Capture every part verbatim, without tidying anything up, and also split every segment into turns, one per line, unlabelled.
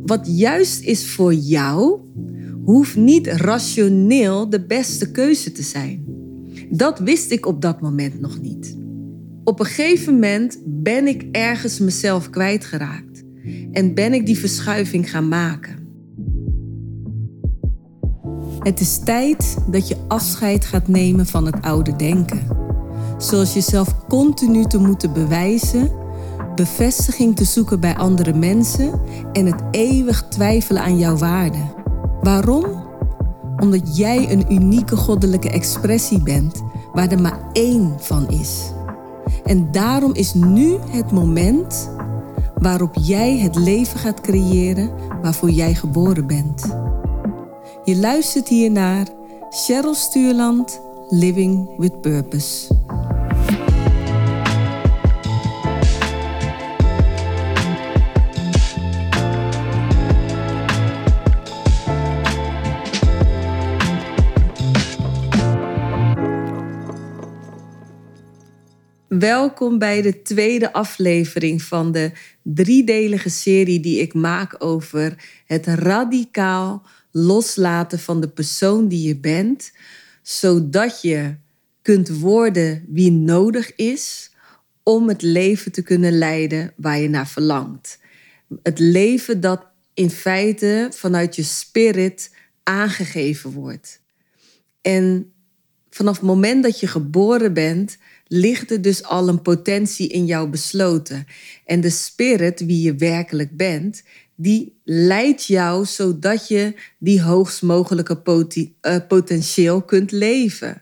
wat juist is voor jou, hoeft niet rationeel de beste keuze te zijn. Dat wist ik op dat moment nog niet. Op een gegeven moment ben ik ergens mezelf kwijtgeraakt. En ben ik die verschuiving gaan maken. Het is tijd dat je afscheid gaat nemen van het oude denken. Zoals jezelf continu te moeten bewijzen, bevestiging te zoeken bij andere mensen en het eeuwig twijfelen aan jouw waarde. Waarom? Omdat jij een unieke goddelijke expressie bent waar er maar één van is. En daarom is nu het moment waarop jij het leven gaat creëren waarvoor jij geboren bent. Je luistert hier naar Cheryl Stuurland, Living with Purpose. Welkom bij de tweede aflevering van de driedelige serie die ik maak over het radicaal loslaten van de persoon die je bent, zodat je kunt worden wie nodig is om het leven te kunnen leiden waar je naar verlangt. Het leven dat in feite vanuit je spirit aangegeven wordt. En vanaf het moment dat je geboren bent, ligt er dus al een potentie in jou besloten. En de spirit, wie je werkelijk bent, die leidt jou zodat je die hoogst mogelijke poti- uh, potentieel kunt leven.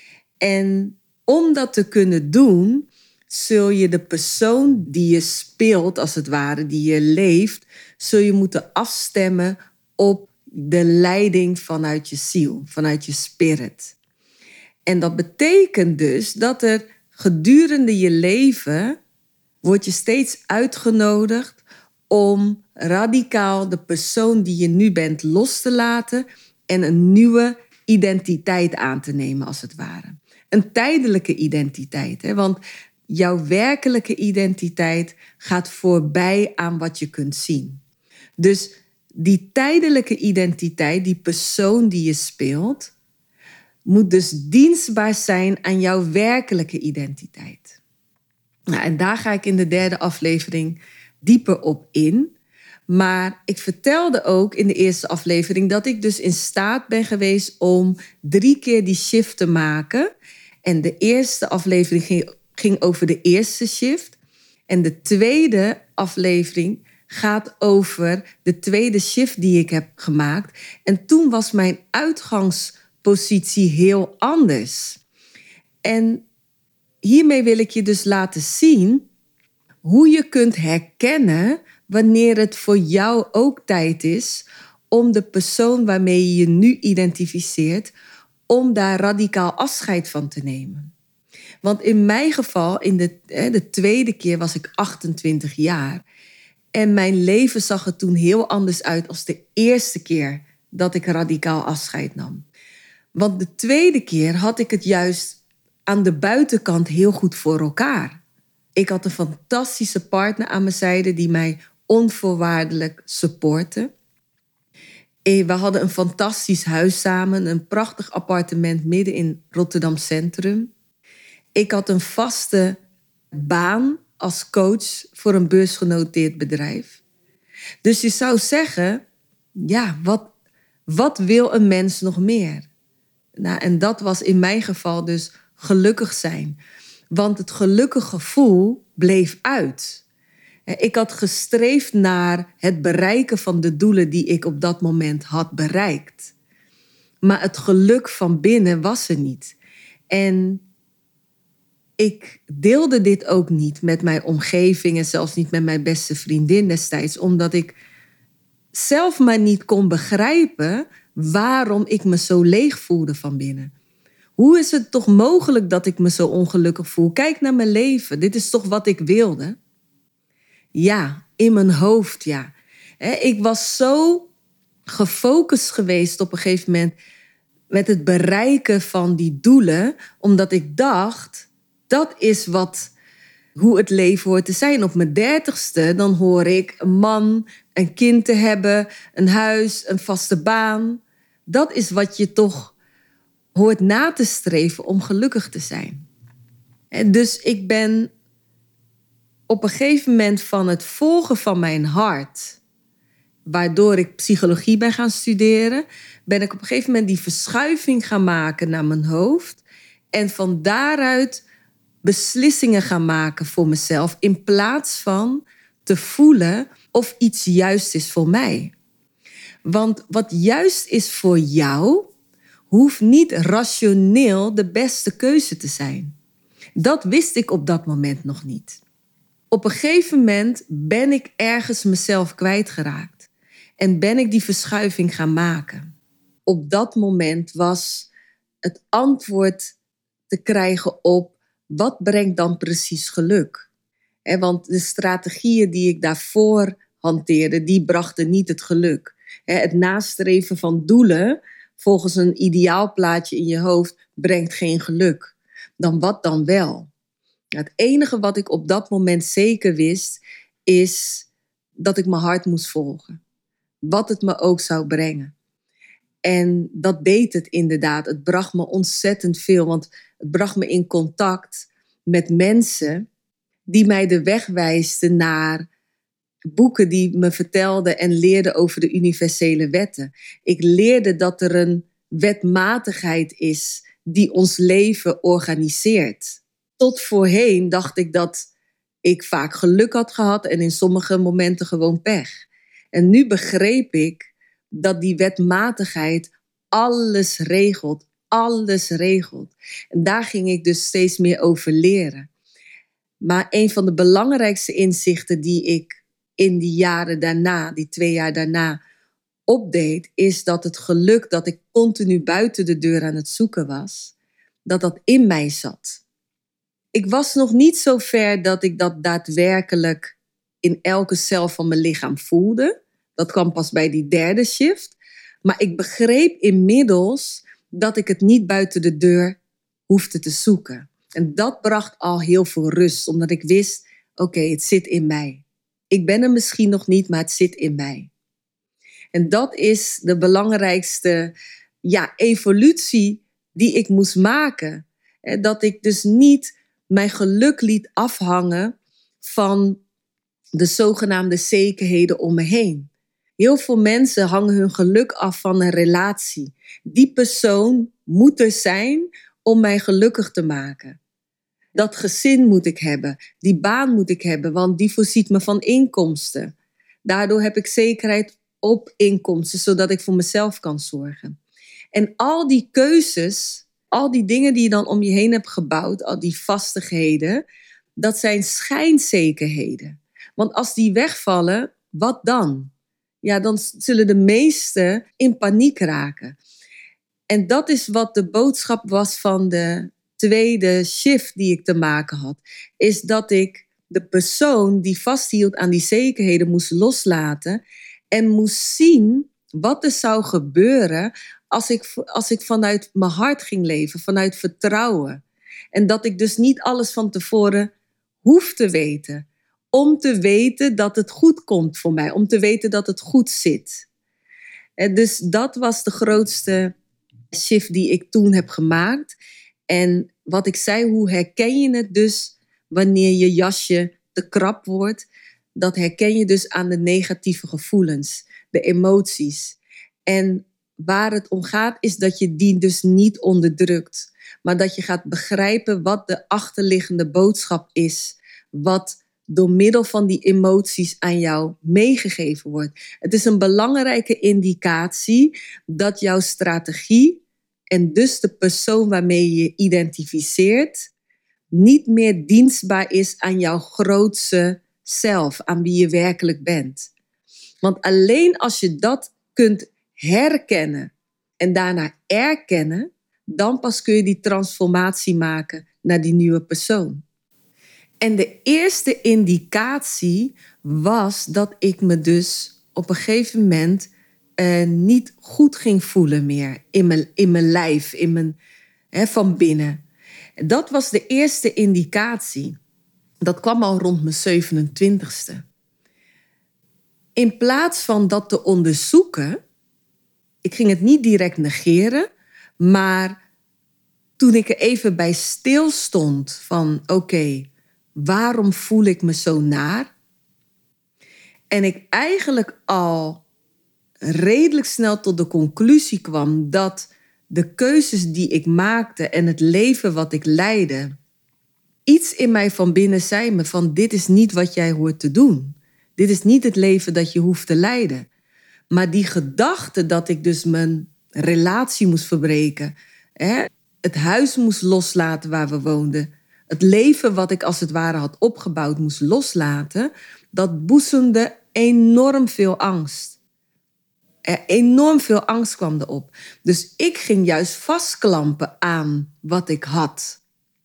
En om dat te kunnen doen, zul je de persoon die je speelt, als het ware, die je leeft, zul je moeten afstemmen op de leiding vanuit je ziel, vanuit je spirit. En dat betekent dus dat er gedurende je leven word je steeds uitgenodigd om radicaal de persoon die je nu bent los te laten en een nieuwe identiteit aan te nemen, als het ware. Een tijdelijke identiteit, hè? Want jouw werkelijke identiteit gaat voorbij aan wat je kunt zien. Dus die tijdelijke identiteit, die persoon die je speelt, moet dus dienstbaar zijn aan jouw werkelijke identiteit. Nou, en daar ga ik in de derde aflevering dieper op in. Maar ik vertelde ook in de eerste aflevering dat ik dus in staat ben geweest om drie keer die shift te maken. En de eerste aflevering ging, ging over de eerste shift. En de tweede aflevering gaat over de tweede shift die ik heb gemaakt. En toen was mijn uitgangspositie heel anders. En hiermee wil ik je dus laten zien hoe je kunt herkennen wanneer het voor jou ook tijd is om de persoon waarmee je je nu identificeert, om daar radicaal afscheid van te nemen. Want in mijn geval, in de, de tweede keer was ik achtentwintig jaar. En mijn leven zag er toen heel anders uit als de eerste keer dat ik radicaal afscheid nam. Want de tweede keer had ik het juist aan de buitenkant heel goed voor elkaar. Ik had een fantastische partner aan mijn zijde die mij onvoorwaardelijk supportte. We hadden een fantastisch huis samen, een prachtig appartement midden in Rotterdam Centrum. Ik had een vaste baan als coach voor een beursgenoteerd bedrijf. Dus je zou zeggen, ja, wat, wat wil een mens nog meer? Nou, en dat was in mijn geval dus gelukkig zijn. Want het gelukkige gevoel bleef uit. Ik had gestreefd naar het bereiken van de doelen die ik op dat moment had bereikt. Maar het geluk van binnen was er niet. En ik deelde dit ook niet met mijn omgeving en zelfs niet met mijn beste vriendin destijds, omdat ik zelf maar niet kon begrijpen waarom ik me zo leeg voelde van binnen. Hoe is het toch mogelijk dat ik me zo ongelukkig voel? Kijk naar mijn leven. Dit is toch wat ik wilde? Ja, in mijn hoofd, ja. Ik was zo gefocust geweest op een gegeven moment met het bereiken van die doelen, omdat ik dacht, dat is wat, hoe het leven hoort te zijn. Op mijn dertigste dan hoor ik een man, een kind te hebben, een huis, een vaste baan. Dat is wat je toch hoort na te streven om gelukkig te zijn. En dus ik ben op een gegeven moment van het volgen van mijn hart, waardoor ik psychologie ben gaan studeren, ben ik op een gegeven moment die verschuiving gaan maken naar mijn hoofd. En van daaruit beslissingen gaan maken voor mezelf, in plaats van te voelen of iets juist is voor mij. Want wat juist is voor jou, hoeft niet rationeel de beste keuze te zijn. Dat wist ik op dat moment nog niet. Op een gegeven moment ben ik ergens mezelf kwijtgeraakt. En ben ik die verschuiving gaan maken. Op dat moment was het antwoord te krijgen op: wat brengt dan precies geluk? He, want de strategieën die ik daarvoor hanteerde, die brachten niet het geluk. He, het nastreven van doelen volgens een ideaalplaatje in je hoofd brengt geen geluk. Dan wat dan wel? Het enige wat ik op dat moment zeker wist, is dat ik mijn hart moest volgen. Wat het me ook zou brengen. En dat deed het inderdaad. Het bracht me ontzettend veel, want het bracht me in contact met mensen die mij de weg wijsten naar boeken die me vertelden en leerden over de universele wetten. Ik leerde dat er een wetmatigheid is die ons leven organiseert. Tot voorheen dacht ik dat ik vaak geluk had gehad en in sommige momenten gewoon pech. En nu begreep ik dat die wetmatigheid alles regelt. Alles regelt. En daar ging ik dus steeds meer over leren. Maar een van de belangrijkste inzichten die ik in die jaren daarna, die twee jaar daarna, opdeed, is dat het geluk dat ik continu buiten de deur aan het zoeken was, dat dat in mij zat. Ik was nog niet zo ver dat ik dat daadwerkelijk in elke cel van mijn lichaam voelde. Dat kwam pas bij die derde shift. Maar ik begreep inmiddels dat ik het niet buiten de deur hoefde te zoeken. En dat bracht al heel veel rust, omdat ik wist, oké, okay, het zit in mij. Ik ben er misschien nog niet, maar het zit in mij. En dat is de belangrijkste ja, evolutie die ik moest maken. Dat ik dus niet mijn geluk liet afhangen van de zogenaamde zekerheden om me heen. Heel veel mensen hangen hun geluk af van een relatie. Die persoon moet er zijn om mij gelukkig te maken. Dat gezin moet ik hebben, die baan moet ik hebben, want die voorziet me van inkomsten. Daardoor heb ik zekerheid op inkomsten, zodat ik voor mezelf kan zorgen. En al die keuzes, al die dingen die je dan om je heen hebt gebouwd, al die vastigheden, dat zijn schijnzekerheden. Want als die wegvallen, wat dan? Ja, dan zullen de meesten in paniek raken. En dat is wat de boodschap was van de tweede shift die ik te maken had. Is dat ik de persoon die vasthield aan die zekerheden moest loslaten. En moest zien wat er zou gebeuren als ik, als ik vanuit mijn hart ging leven. Vanuit vertrouwen. En dat ik dus niet alles van tevoren hoef te weten. Om te weten dat het goed komt voor mij. Om te weten dat het goed zit. En dus dat was de grootste shift die ik toen heb gemaakt. En wat ik zei, hoe herken je het dus wanneer je jasje te krap wordt? Dat herken je dus aan de negatieve gevoelens, de emoties. En waar het om gaat is dat je die dus niet onderdrukt. Maar dat je gaat begrijpen wat de achterliggende boodschap is. Wat door middel van die emoties aan jou meegegeven wordt. Het is een belangrijke indicatie dat jouw strategie en dus de persoon waarmee je je identificeert niet meer dienstbaar is aan jouw grootste zelf, aan wie je werkelijk bent. Want alleen als je dat kunt herkennen en daarna erkennen, dan pas kun je die transformatie maken naar die nieuwe persoon. En de eerste indicatie was dat ik me dus op een gegeven moment uh, niet goed ging voelen meer in mijn, in mijn lijf, in mijn, hè, van binnen. Dat was de eerste indicatie. Dat kwam al rond mijn zevenentwintigste. In plaats van dat te onderzoeken, ik ging het niet direct negeren, maar toen ik er even bij stilstond van oké, okay, waarom voel ik me zo naar? En ik eigenlijk al redelijk snel tot de conclusie kwam dat de keuzes die ik maakte en het leven wat ik leidde, iets in mij van binnen zei me van dit is niet wat jij hoort te doen. Dit is niet het leven dat je hoeft te leiden. Maar die gedachte dat ik dus mijn relatie moest verbreken, hè, het huis moest loslaten waar we woonden, het leven wat ik als het ware had opgebouwd moest loslaten, dat boezemde enorm veel angst. Er enorm veel angst kwam erop. Dus ik ging juist vastklampen aan wat ik had.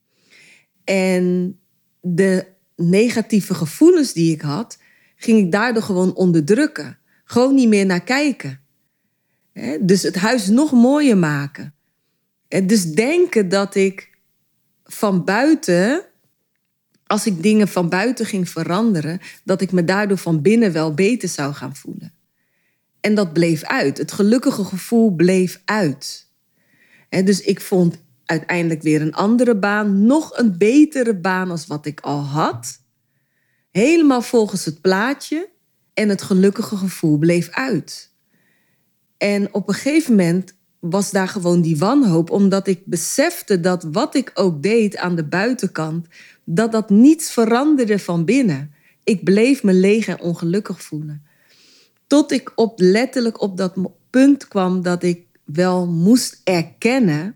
En de negatieve gevoelens die ik had, ging ik daardoor gewoon onderdrukken. Gewoon niet meer naar kijken. Dus het huis nog mooier maken. Dus denken dat ik van buiten, als ik dingen van buiten ging veranderen, dat ik me daardoor van binnen wel beter zou gaan voelen. En dat bleef uit. Het gelukkige gevoel bleef uit. Dus ik vond uiteindelijk weer een andere baan, nog een betere baan als wat ik al had. Helemaal volgens het plaatje en het gelukkige gevoel bleef uit. En op een gegeven moment was daar gewoon die wanhoop, omdat ik besefte dat wat ik ook deed aan de buitenkant, dat dat niets veranderde van binnen. Ik bleef me leeg en ongelukkig voelen. Tot ik op, letterlijk op dat punt kwam dat ik wel moest erkennen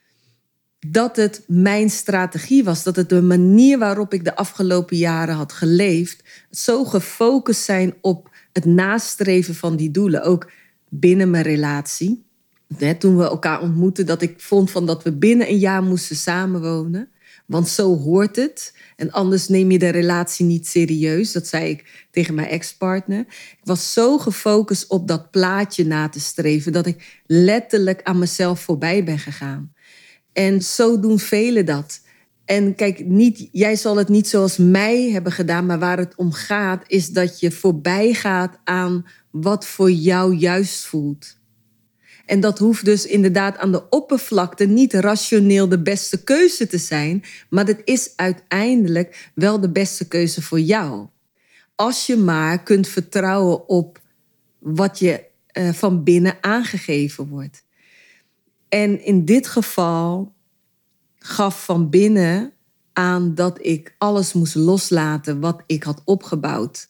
dat het mijn strategie was. Dat het de manier waarop ik de afgelopen jaren had geleefd, zo gefocust zijn op het nastreven van die doelen. Ook binnen mijn relatie. Toen we elkaar ontmoetten, dat ik vond van dat we binnen een jaar moesten samenwonen. Want zo hoort het. En anders neem je de relatie niet serieus. Dat zei ik tegen mijn ex-partner. Ik was zo gefocust op dat plaatje na te streven, dat ik letterlijk aan mezelf voorbij ben gegaan. En zo doen velen dat. En kijk, niet, jij zal het niet zoals mij hebben gedaan, maar waar het om gaat, is dat je voorbij gaat aan wat voor jou juist voelt. En dat hoeft dus inderdaad aan de oppervlakte niet rationeel de beste keuze te zijn, maar het is uiteindelijk wel de beste keuze voor jou. Als je maar kunt vertrouwen op wat je uh, van binnen aangegeven wordt. En in dit geval gaf van binnen aan dat ik alles moest loslaten wat ik had opgebouwd.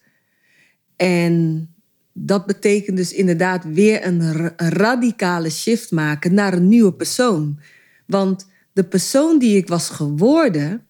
En dat betekent dus inderdaad weer een ra- radicale shift maken naar een nieuwe persoon. Want de persoon die ik was geworden,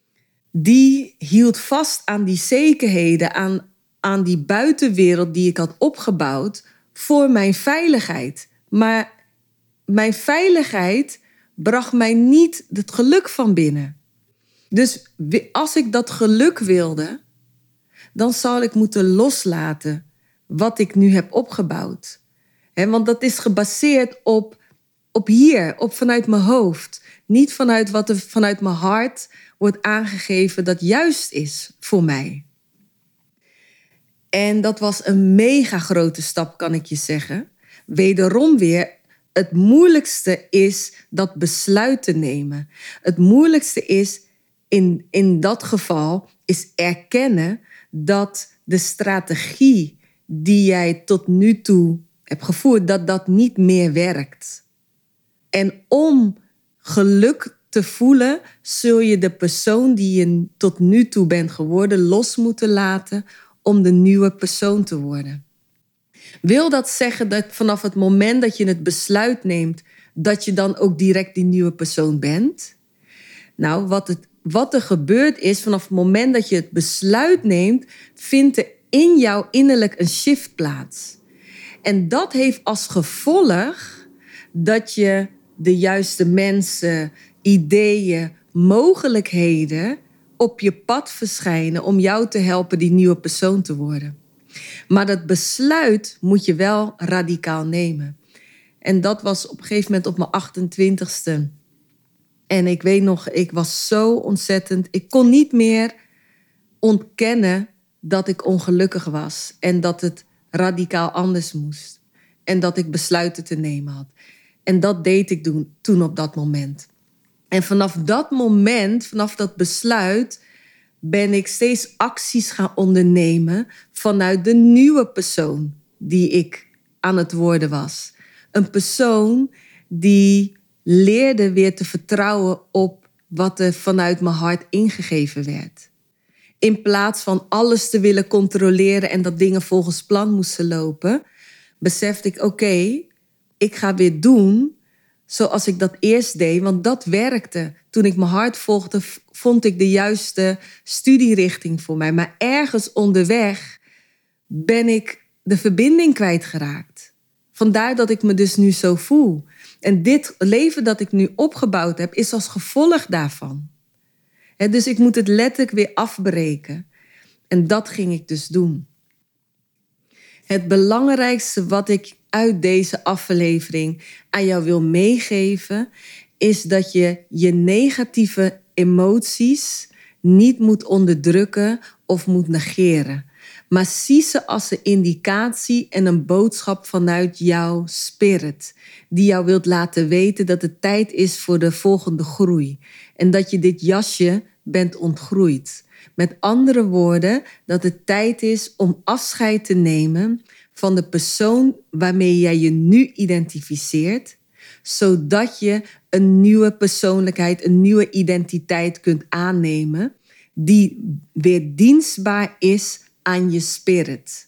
die hield vast aan die zekerheden, aan, aan die buitenwereld die ik had opgebouwd voor mijn veiligheid. Maar mijn veiligheid bracht mij niet het geluk van binnen. Dus als ik dat geluk wilde, dan zal ik moeten loslaten wat ik nu heb opgebouwd. He, want dat is gebaseerd op, op hier, op vanuit mijn hoofd. Niet vanuit wat er vanuit mijn hart wordt aangegeven dat juist is voor mij. En dat was een mega grote stap, kan ik je zeggen. Wederom weer, het moeilijkste is dat besluit te nemen. Het moeilijkste is in, in dat geval is erkennen dat de strategie die jij tot nu toe hebt gevoerd, dat dat niet meer werkt. En om geluk te voelen, zul je de persoon die je tot nu toe bent geworden los moeten laten om de nieuwe persoon te worden. Wil dat zeggen dat vanaf het moment dat je het besluit neemt, dat je dan ook direct die nieuwe persoon bent? Nou, wat, het, wat er gebeurt is, vanaf het moment dat je het besluit neemt, vindt er in jou innerlijk een shift plaats. En dat heeft als gevolg dat je de juiste mensen, ideeën, mogelijkheden op je pad verschijnen om jou te helpen die nieuwe persoon te worden. Maar dat besluit moet je wel radicaal nemen. En dat was op een gegeven moment op mijn achtentwintigste. En ik weet nog, ik was zo ontzettend, ik kon niet meer ontkennen dat ik ongelukkig was en dat het radicaal anders moest. En dat ik besluiten te nemen had. En dat deed ik doen, toen op dat moment. En vanaf dat moment, vanaf dat besluit, ben ik steeds acties gaan ondernemen vanuit de nieuwe persoon die ik aan het worden was. Een persoon die leerde weer te vertrouwen op wat er vanuit mijn hart ingegeven werd. In plaats van alles te willen controleren en dat dingen volgens plan moesten lopen, besefte ik, oké, okay, ik ga weer doen zoals ik dat eerst deed, want dat werkte. Toen ik mijn hart volgde, vond ik de juiste studierichting voor mij. Maar ergens onderweg ben ik de verbinding kwijtgeraakt. Vandaar dat ik me dus nu zo voel. En dit leven dat ik nu opgebouwd heb, is als gevolg daarvan. He, dus ik moet het letterlijk weer afbreken. En dat ging ik dus doen. Het belangrijkste wat ik uit deze aflevering aan jou wil meegeven, is dat je je negatieve emoties niet moet onderdrukken of moet negeren. Maar zie ze als een indicatie en een boodschap vanuit jouw spirit, die jou wilt laten weten dat het tijd is voor de volgende groei. En dat je dit jasje bent ontgroeid. Met andere woorden, dat het tijd is om afscheid te nemen van de persoon waarmee jij je nu identificeert, zodat je een nieuwe persoonlijkheid, een nieuwe identiteit kunt aannemen, die weer dienstbaar is aan je spirit.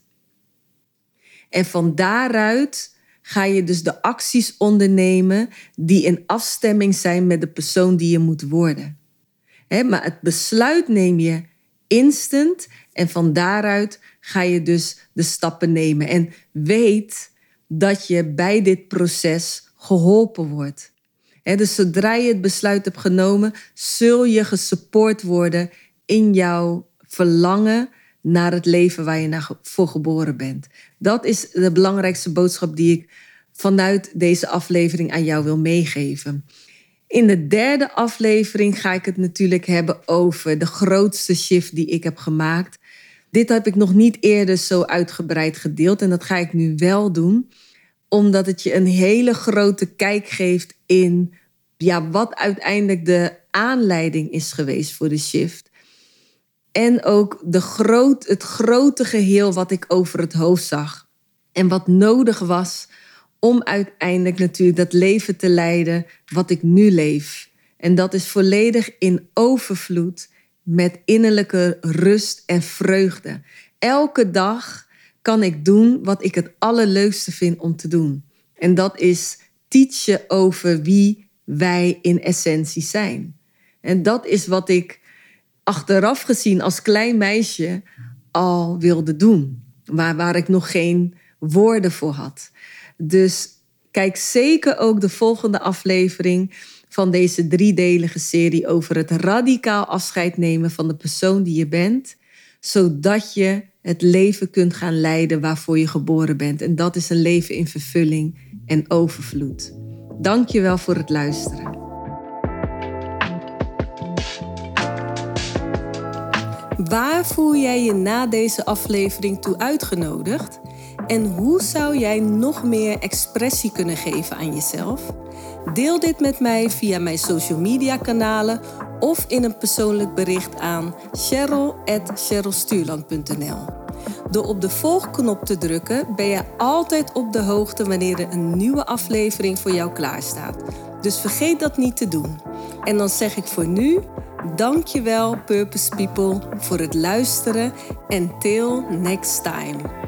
En van daaruit ga je dus de acties ondernemen die in afstemming zijn met de persoon die je moet worden. He, maar het besluit neem je instant en van daaruit ga je dus de stappen nemen. En weet dat je bij dit proces geholpen wordt. He, dus zodra je het besluit hebt genomen, zul je gesupport worden in jouw verlangen naar het leven waar je naar voor geboren bent. Dat is de belangrijkste boodschap die ik vanuit deze aflevering aan jou wil meegeven. In de derde aflevering ga ik het natuurlijk hebben over de grootste shift die ik heb gemaakt. Dit heb ik nog niet eerder zo uitgebreid gedeeld en dat ga ik nu wel doen, omdat het je een hele grote kijk geeft in ja, wat uiteindelijk de aanleiding is geweest voor de shift. En ook de groot, het grote geheel wat ik over het hoofd zag. En wat nodig was om uiteindelijk natuurlijk dat leven te leiden wat ik nu leef. En dat is volledig in overvloed met innerlijke rust en vreugde. Elke dag kan ik doen wat ik het allerleukste vind om te doen. En dat is teachen over wie wij in essentie zijn. En dat is wat ik achteraf gezien als klein meisje al wilde doen. Maar waar ik nog geen woorden voor had. Dus kijk zeker ook de volgende aflevering van deze driedelige serie over het radicaal afscheid nemen van de persoon die je bent, zodat je het leven kunt gaan leiden waarvoor je geboren bent. En dat is een leven in vervulling en overvloed. Dank je wel voor het luisteren. Waar voel jij je na deze aflevering toe uitgenodigd? En hoe zou jij nog meer expressie kunnen geven aan jezelf? Deel dit met mij via mijn social media kanalen of in een persoonlijk bericht aan cheryl at cherylstuurland punt n l. Door op de volgknop te drukken ben je altijd op de hoogte wanneer er een nieuwe aflevering voor jou klaarstaat. Dus vergeet dat niet te doen. En dan zeg ik voor nu, dankjewel Purpose People voor het luisteren en till next time.